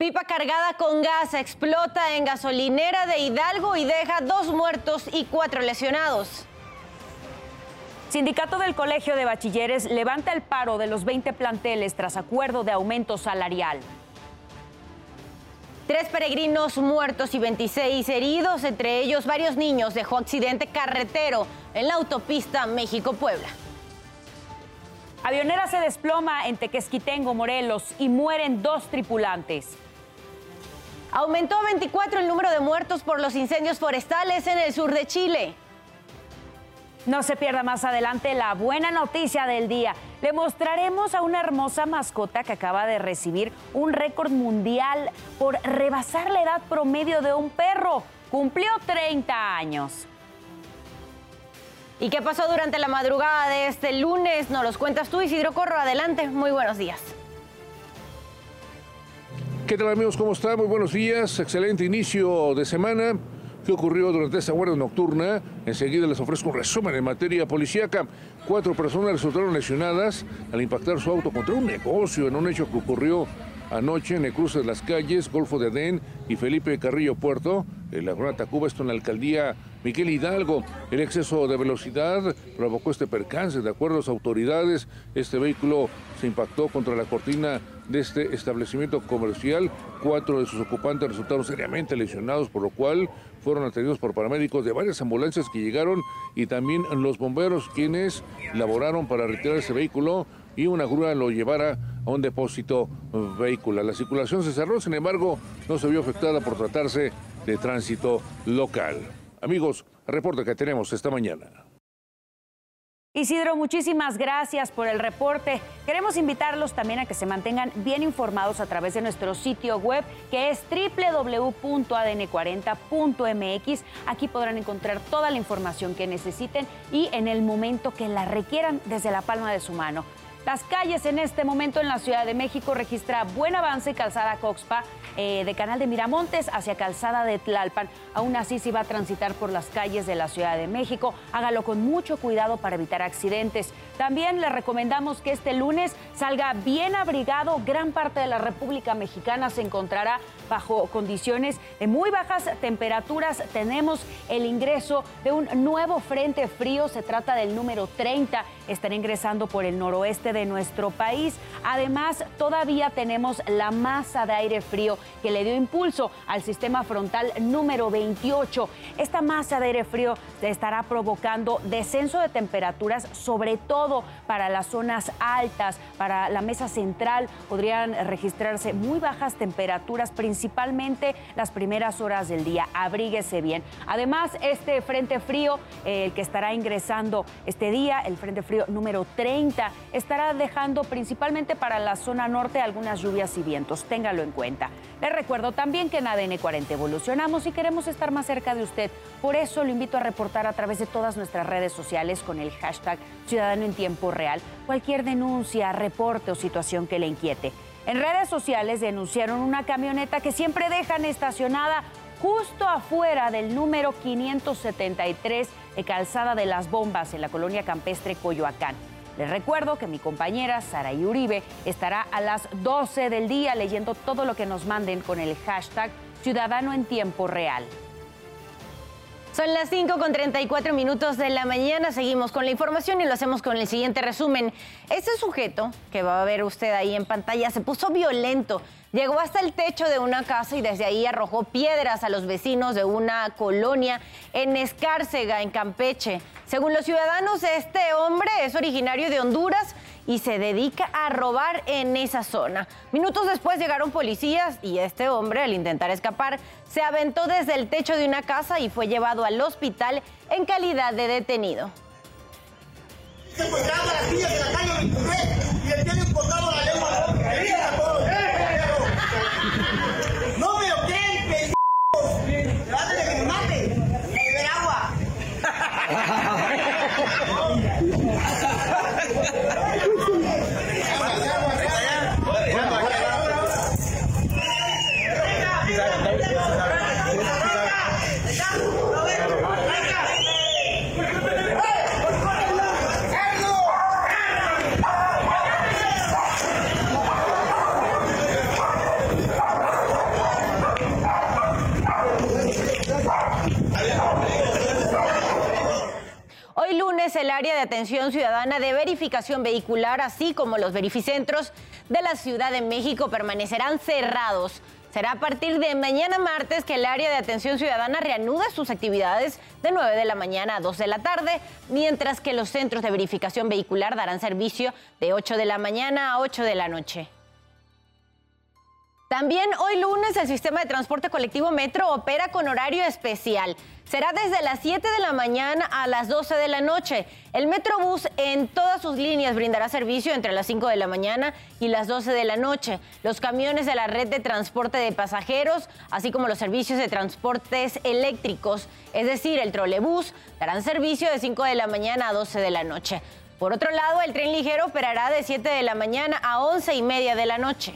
Pipa cargada con gas explota en gasolinera de Hidalgo y deja 2 muertos y 4 lesionados. Sindicato del Colegio de Bachilleres levanta el paro de los 20 planteles tras acuerdo de aumento salarial. 3 peregrinos muertos y 26 heridos, entre ellos varios niños, dejó accidente carretero en la autopista México-Puebla. Avionera se desploma en Tequesquitengo, Morelos, y mueren 2 tripulantes. Aumentó a 24 el número de muertos por los incendios forestales en el sur de Chile. No se pierda más adelante la buena noticia del día. Le mostraremos a una hermosa mascota que acaba de recibir un récord mundial por rebasar la edad promedio de un perro. Cumplió 30 años. ¿Y qué pasó durante la madrugada de este lunes? Nos los cuentas tú, Isidro Corro. Adelante, muy buenos días. ¿Qué tal, amigos? ¿Cómo están? Muy buenos días. Excelente inicio de semana. ¿Qué ocurrió durante esta guardia nocturna? Enseguida les ofrezco un resumen en materia policíaca. 4 personas resultaron lesionadas al impactar su auto contra un negocio en un hecho que ocurrió anoche en el cruce de las calles Golfo de Adén y Felipe Carrillo Puerto, en la Colonia Tacuba, esto en la alcaldía Miguel Hidalgo. El exceso de velocidad provocó este percance. De acuerdo a las autoridades, este vehículo se impactó contra la cortina de este establecimiento comercial. 4 de sus ocupantes resultaron seriamente lesionados, por lo cual fueron atendidos por paramédicos de varias ambulancias que llegaron y también los bomberos, quienes laboraron para retirar ese vehículo y una grúa lo llevara a un depósito vehicular. La circulación se cerró, sin embargo, no se vio afectada por tratarse de tránsito local. Amigos, el reporte que tenemos esta mañana. Isidro, muchísimas gracias por el reporte. Queremos invitarlos también a que se mantengan bien informados a través de nuestro sitio web, que es www.adn40.mx. Aquí podrán encontrar toda la información que necesiten y en el momento que la requieran, desde la palma de su mano. Las calles en este momento en la Ciudad de México registra buen avance. Calzada Coxpa de Canal de Miramontes hacia Calzada de Tlalpan. Aún así, si va a transitar por las calles de la Ciudad de México, hágalo con mucho cuidado para evitar accidentes. También le recomendamos que este lunes salga bien abrigado. Gran parte de la República Mexicana se encontrará bajo condiciones de muy bajas temperaturas. Tenemos el ingreso de un nuevo frente frío. Se trata del número 30. Estará ingresando por el noroeste de nuestro país. Además, todavía tenemos la masa de aire frío que le dio impulso al sistema frontal número 28. Esta masa de aire frío estará provocando descenso de temperaturas, sobre todo para las zonas altas, para la mesa central. Podrían registrarse muy bajas temperaturas, principalmente las primeras horas del día. Abríguese bien. Además, este frente frío, el que estará ingresando este día, el frente frío número 30, estará dejando principalmente para la zona norte algunas lluvias y vientos. Téngalo en cuenta. Les recuerdo también que en ADN 40 evolucionamos y queremos estar más cerca de usted. Por eso lo invito a reportar a través de todas nuestras redes sociales con el hashtag Ciudadano en Tiempo Real cualquier denuncia, reporte o situación que le inquiete. En redes sociales denunciaron una camioneta que siempre dejan estacionada justo afuera del número 573 de Calzada de las Bombas en la colonia campestre Coyoacán. Les recuerdo que mi compañera Saraí Uribe estará a las 12 del día leyendo todo lo que nos manden con el hashtag Ciudadano en Tiempo Real. Son las 5:34 de la mañana. Seguimos con la información y lo hacemos con el siguiente resumen. Este sujeto, que va a ver usted ahí en pantalla, se puso violento. Llegó hasta el techo de una casa y desde ahí arrojó piedras a los vecinos de una colonia en Escárcega, en Campeche. Según los ciudadanos, este hombre es originario de Honduras y se dedica a robar en esa zona. Minutos después llegaron policías y este hombre, al intentar escapar, se aventó desde el techo de una casa y fue llevado al hospital en calidad de detenido. Secuestraba a las niñas de la calle 23 y le tienen cortado la lengua. No me lo creen, pendejos. Trate de que me mate. Y beber agua. Hoy lunes, el área de atención ciudadana de verificación vehicular, así como los verificentros de la Ciudad de México, permanecerán cerrados. Será a partir de mañana martes que el área de atención ciudadana reanude sus actividades de 9 de la mañana a 2 de la tarde, mientras que los centros de verificación vehicular darán servicio de 8 de la mañana a 8 de la noche. También hoy lunes el sistema de transporte colectivo Metro opera con horario especial. Será desde las 7 de la mañana a las 12 de la noche. El Metrobús en todas sus líneas brindará servicio entre las 5 de la mañana y las 12 de la noche. Los camiones de la red de transporte de pasajeros, así como los servicios de transportes eléctricos, es decir, el trolebús, darán servicio de 5 de la mañana a 12 de la noche. Por otro lado, el tren ligero operará de 7 de la mañana a 11:30 de la noche.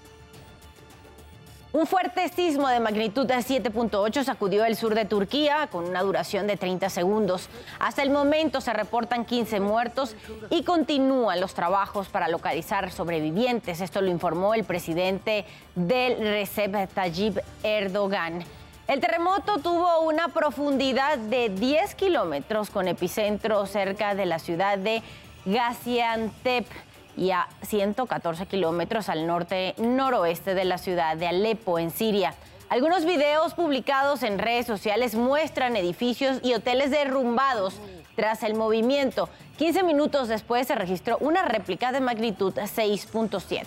Un fuerte sismo de magnitud de 7.8 sacudió el sur de Turquía con una duración de 30 segundos. Hasta el momento se reportan 15 muertos y continúan los trabajos para localizar sobrevivientes. Esto lo informó el presidente del Recep Tayyip Erdogan. El terremoto tuvo una profundidad de 10 kilómetros con epicentro cerca de la ciudad de Gaziantep y a 114 kilómetros al norte-noroeste de la ciudad de Alepo, en Siria. Algunos videos publicados en redes sociales muestran edificios y hoteles derrumbados tras el movimiento. 15 minutos después se registró una réplica de magnitud 6.7.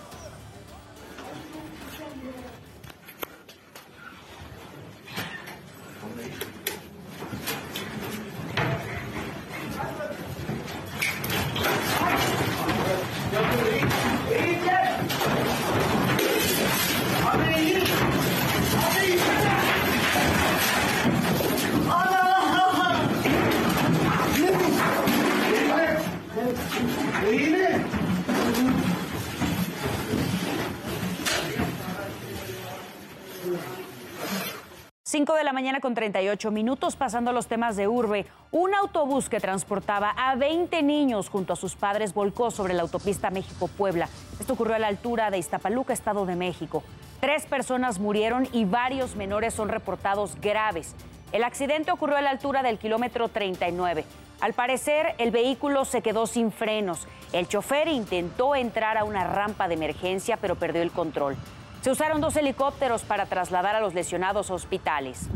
De la mañana con 38 minutos, pasando a los temas de urbe. Un autobús que transportaba a 20 niños junto a sus padres volcó sobre la autopista México-Puebla. Esto ocurrió a la altura de Iztapaluca, Estado de México. 3 personas murieron y varios menores son reportados graves. El accidente ocurrió a la altura del kilómetro 39. Al parecer, el vehículo se quedó sin frenos. El chofer intentó entrar a una rampa de emergencia, pero perdió el control. Se usaron 2 helicópteros para trasladar a los lesionados a hospitales.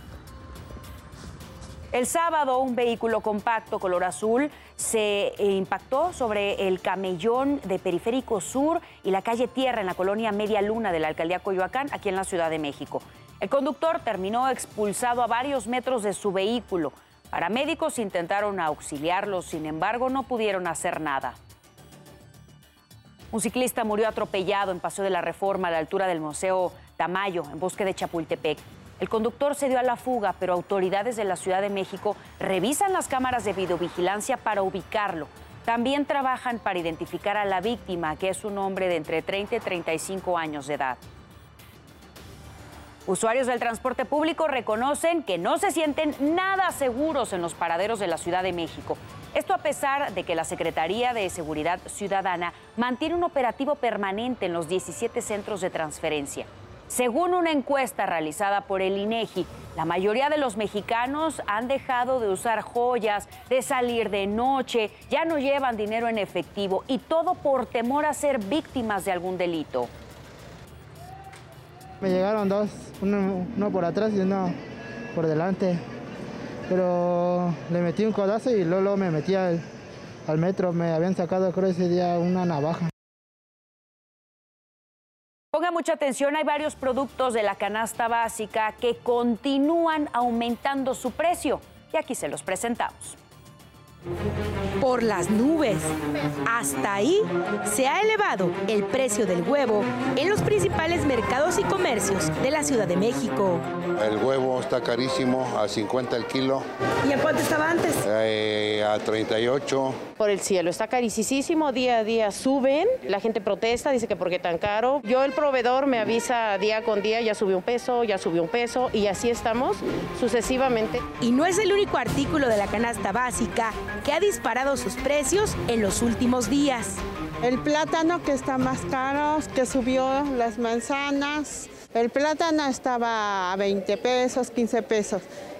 El sábado, un vehículo compacto color azul se impactó sobre el camellón de Periférico Sur y la calle Tierra en la colonia Media Luna de la alcaldía Coyoacán, aquí en la Ciudad de México. El conductor terminó expulsado a varios metros de su vehículo. Paramédicos intentaron auxiliarlo, sin embargo, no pudieron hacer nada. Un ciclista murió atropellado en Paseo de la Reforma a la altura del Museo Tamayo, en Bosque de Chapultepec. El conductor se dio a la fuga, pero autoridades de la Ciudad de México revisan las cámaras de videovigilancia para ubicarlo. También trabajan para identificar a la víctima, que es un hombre de entre 30 y 35 años de edad. Usuarios del transporte público reconocen que no se sienten nada seguros en los paraderos de la Ciudad de México. Esto a pesar de que la Secretaría de Seguridad Ciudadana mantiene un operativo permanente en los 17 centros de transferencia. Según una encuesta realizada por el INEGI, la mayoría de los mexicanos han dejado de usar joyas, de salir de noche, ya no llevan dinero en efectivo y todo por temor a ser víctimas de algún delito. Me llegaron 2, uno por atrás y uno por delante, pero le metí un codazo y luego me metí al metro. Me habían sacado, creo, ese día una navaja. Ponga mucha atención, hay varios productos de la canasta básica que continúan aumentando su precio y aquí se los presentamos. Por las nubes. Hasta ahí se ha elevado el precio del huevo en los principales mercados y comercios de la Ciudad de México. El huevo está carísimo, a 50 el kilo. ¿Y a cuánto estaba antes? A 38. Por el cielo, está carísimo, día a día suben, la gente protesta, dice que por qué tan caro. Yo, el proveedor, me avisa día con día, ya subió un peso, ya subió un peso, y así estamos sucesivamente. Y no es el único artículo de la canasta básica que ha disparado sus precios en los últimos días. El plátano, que está más caro, que subió, las manzanas. El plátano estaba a 20 pesos, 15 pesos.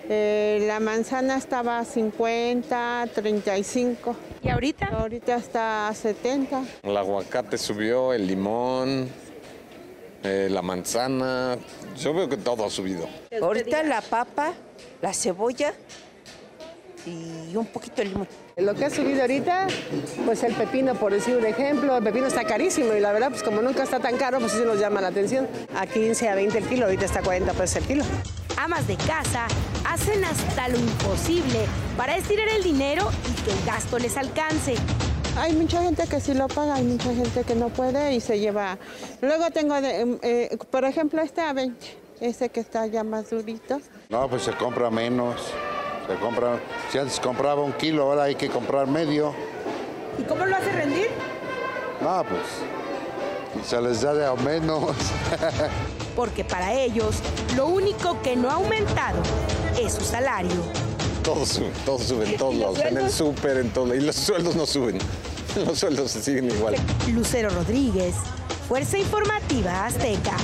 La manzana estaba a 50, 35. ¿Y ahorita? Ahorita está a 70. El aguacate subió, el limón, la manzana. Yo veo que todo ha subido. Ahorita la papa, la cebolla y un poquito de limón. Lo que ha subido ahorita, pues el pepino, por decir un ejemplo, el pepino está carísimo y la verdad, pues como nunca está tan caro, pues sí nos llama la atención. A 15, a 20 el kilo, ahorita está a 40 pesos el kilo. Amas de casa hacen hasta lo imposible para estirar el dinero y que el gasto les alcance. Hay mucha gente que sí lo paga, hay mucha gente que no puede y se lleva. Luego tengo, por ejemplo, este a 20, ese que está ya más durito. No, pues se compra menos. Se compra, si antes compraba 1 kilo, ahora hay que comprar medio. ¿Y cómo lo hace rendir? No, pues se les da de a menos. Porque para ellos, lo único que no ha aumentado es su salario. Todo sube en todos lados, en el súper, en todo. Y los sueldos no suben, los sueldos se siguen igual. Lucero Rodríguez, Fuerza Informativa Azteca.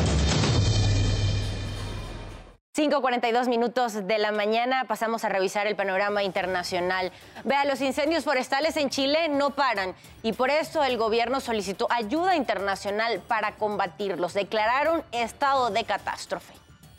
5:42 minutos de la mañana, pasamos a revisar el panorama internacional. Vea, los incendios forestales en Chile no paran y por eso el gobierno solicitó ayuda internacional para combatirlos. Declararon estado de catástrofe.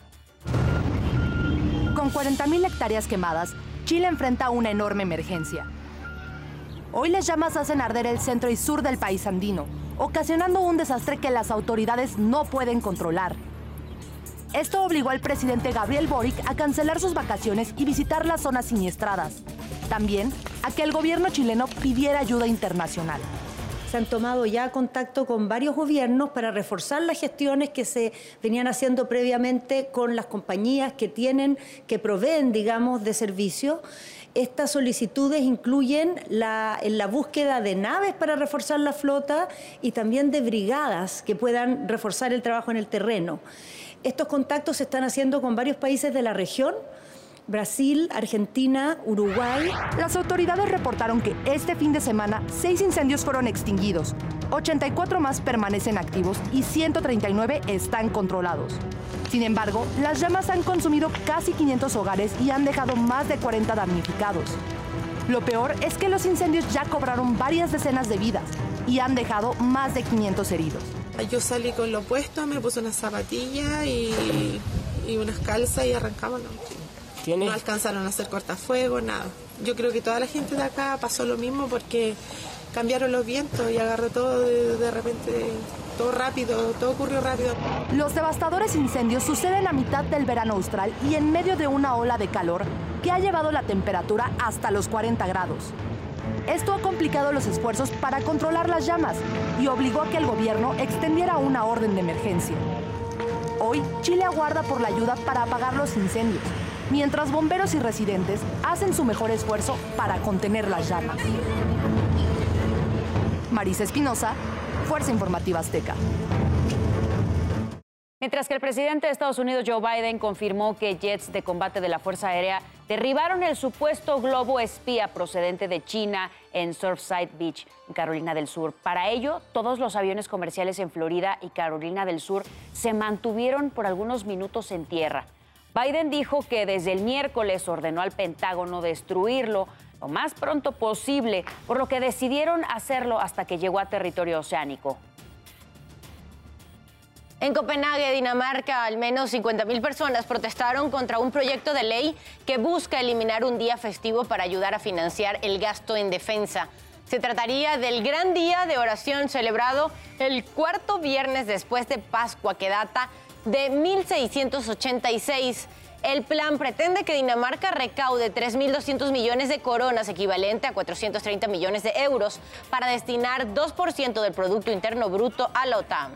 Con 40.000 hectáreas quemadas, Chile enfrenta una enorme emergencia. Hoy las llamas hacen arder el centro y sur del país andino, ocasionando un desastre que las autoridades no pueden controlar. Esto obligó al presidente Gabriel Boric a cancelar sus vacaciones y visitar las zonas siniestradas. También a que el gobierno chileno pidiera ayuda internacional. Se han tomado ya contacto con varios gobiernos para reforzar las gestiones que se venían haciendo previamente con las compañías que proveen, digamos, de servicios. Estas solicitudes incluyen la búsqueda de naves para reforzar la flota y también de brigadas que puedan reforzar el trabajo en el terreno. Estos contactos se están haciendo con varios países de la región, Brasil, Argentina, Uruguay. Las autoridades reportaron que este fin de semana 6 incendios fueron extinguidos, 84 más permanecen activos y 139 están controlados. Sin embargo, las llamas han consumido casi 500 hogares y han dejado más de 40 damnificados. Lo peor es que los incendios ya cobraron varias decenas de vidas y han dejado más de 500 heridos. Yo salí con lo puesto, me puse unas zapatillas y unas calzas y arrancamos. No alcanzaron a hacer cortafuegos, nada. Yo creo que toda la gente de acá pasó lo mismo porque cambiaron los vientos y agarró todo de repente, todo rápido, todo ocurrió rápido. Los devastadores incendios suceden a mitad del verano austral y en medio de una ola de calor que ha llevado la temperatura hasta los 40 grados. Esto ha complicado los esfuerzos para controlar las llamas y obligó a que el gobierno extendiera una orden de emergencia. Hoy, Chile aguarda por la ayuda para apagar los incendios, mientras bomberos y residentes hacen su mejor esfuerzo para contener las llamas. Marisa Espinosa, Fuerza Informativa Azteca. Mientras que el presidente de Estados Unidos, Joe Biden, confirmó que jets de combate de la Fuerza Aérea derribaron el supuesto globo espía procedente de China en Surfside Beach, en Carolina del Sur. Para ello, todos los aviones comerciales en Florida y Carolina del Sur se mantuvieron por algunos minutos en tierra. Biden dijo que desde el miércoles ordenó al Pentágono destruirlo lo más pronto posible, por lo que decidieron hacerlo hasta que llegó a territorio oceánico. En Copenhague, Dinamarca, al menos 50.000 personas protestaron contra un proyecto de ley que busca eliminar un día festivo para ayudar a financiar el gasto en defensa. Se trataría del gran día de oración celebrado el cuarto viernes después de Pascua, que data de 1686. El plan pretende que Dinamarca recaude 3.200 millones de coronas, equivalente a 430 millones de euros, para destinar 2% del Producto Interno Bruto a la OTAN.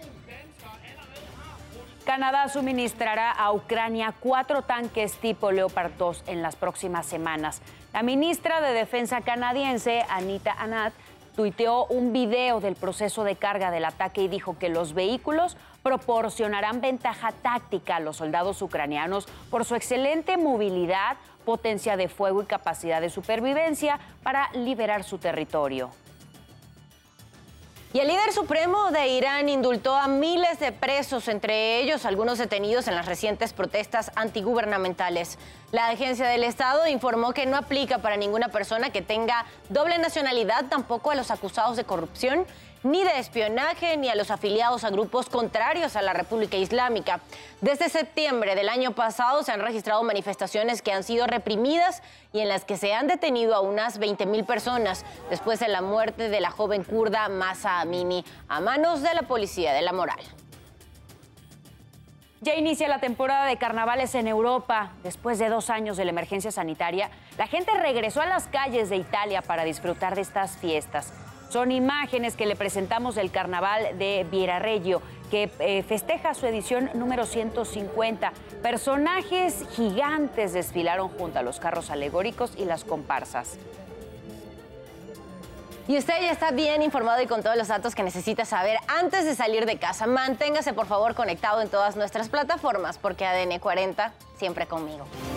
Canadá suministrará a Ucrania 4 tanques tipo Leopard 2 en las próximas semanas. La ministra de Defensa canadiense, Anita Anand, tuiteó un video del proceso de carga del ataque y dijo que los vehículos proporcionarán ventaja táctica a los soldados ucranianos por su excelente movilidad, potencia de fuego y capacidad de supervivencia para liberar su territorio. Y el líder supremo de Irán indultó a miles de presos, entre ellos algunos detenidos en las recientes protestas antigubernamentales. La agencia del Estado informó que no aplica para ninguna persona que tenga doble nacionalidad, tampoco a los acusados de corrupción, ni de espionaje, ni a los afiliados a grupos contrarios a la República Islámica. Desde septiembre del año pasado se han registrado manifestaciones que han sido reprimidas y en las que se han detenido a unas 20.000 personas después de la muerte de la joven kurda Mahsa Amini a manos de la policía de la moral. Ya inicia la temporada de carnavales en Europa. Después de 2 años de la emergencia sanitaria, la gente regresó a las calles de Italia para disfrutar de estas fiestas. Son imágenes que le presentamos del carnaval de Villareggio, que festeja su edición número 150. Personajes gigantes desfilaron junto a los carros alegóricos y las comparsas. Y usted ya está bien informado y con todos los datos que necesita saber antes de salir de casa. Manténgase, por favor, conectado en todas nuestras plataformas, porque ADN 40 siempre conmigo.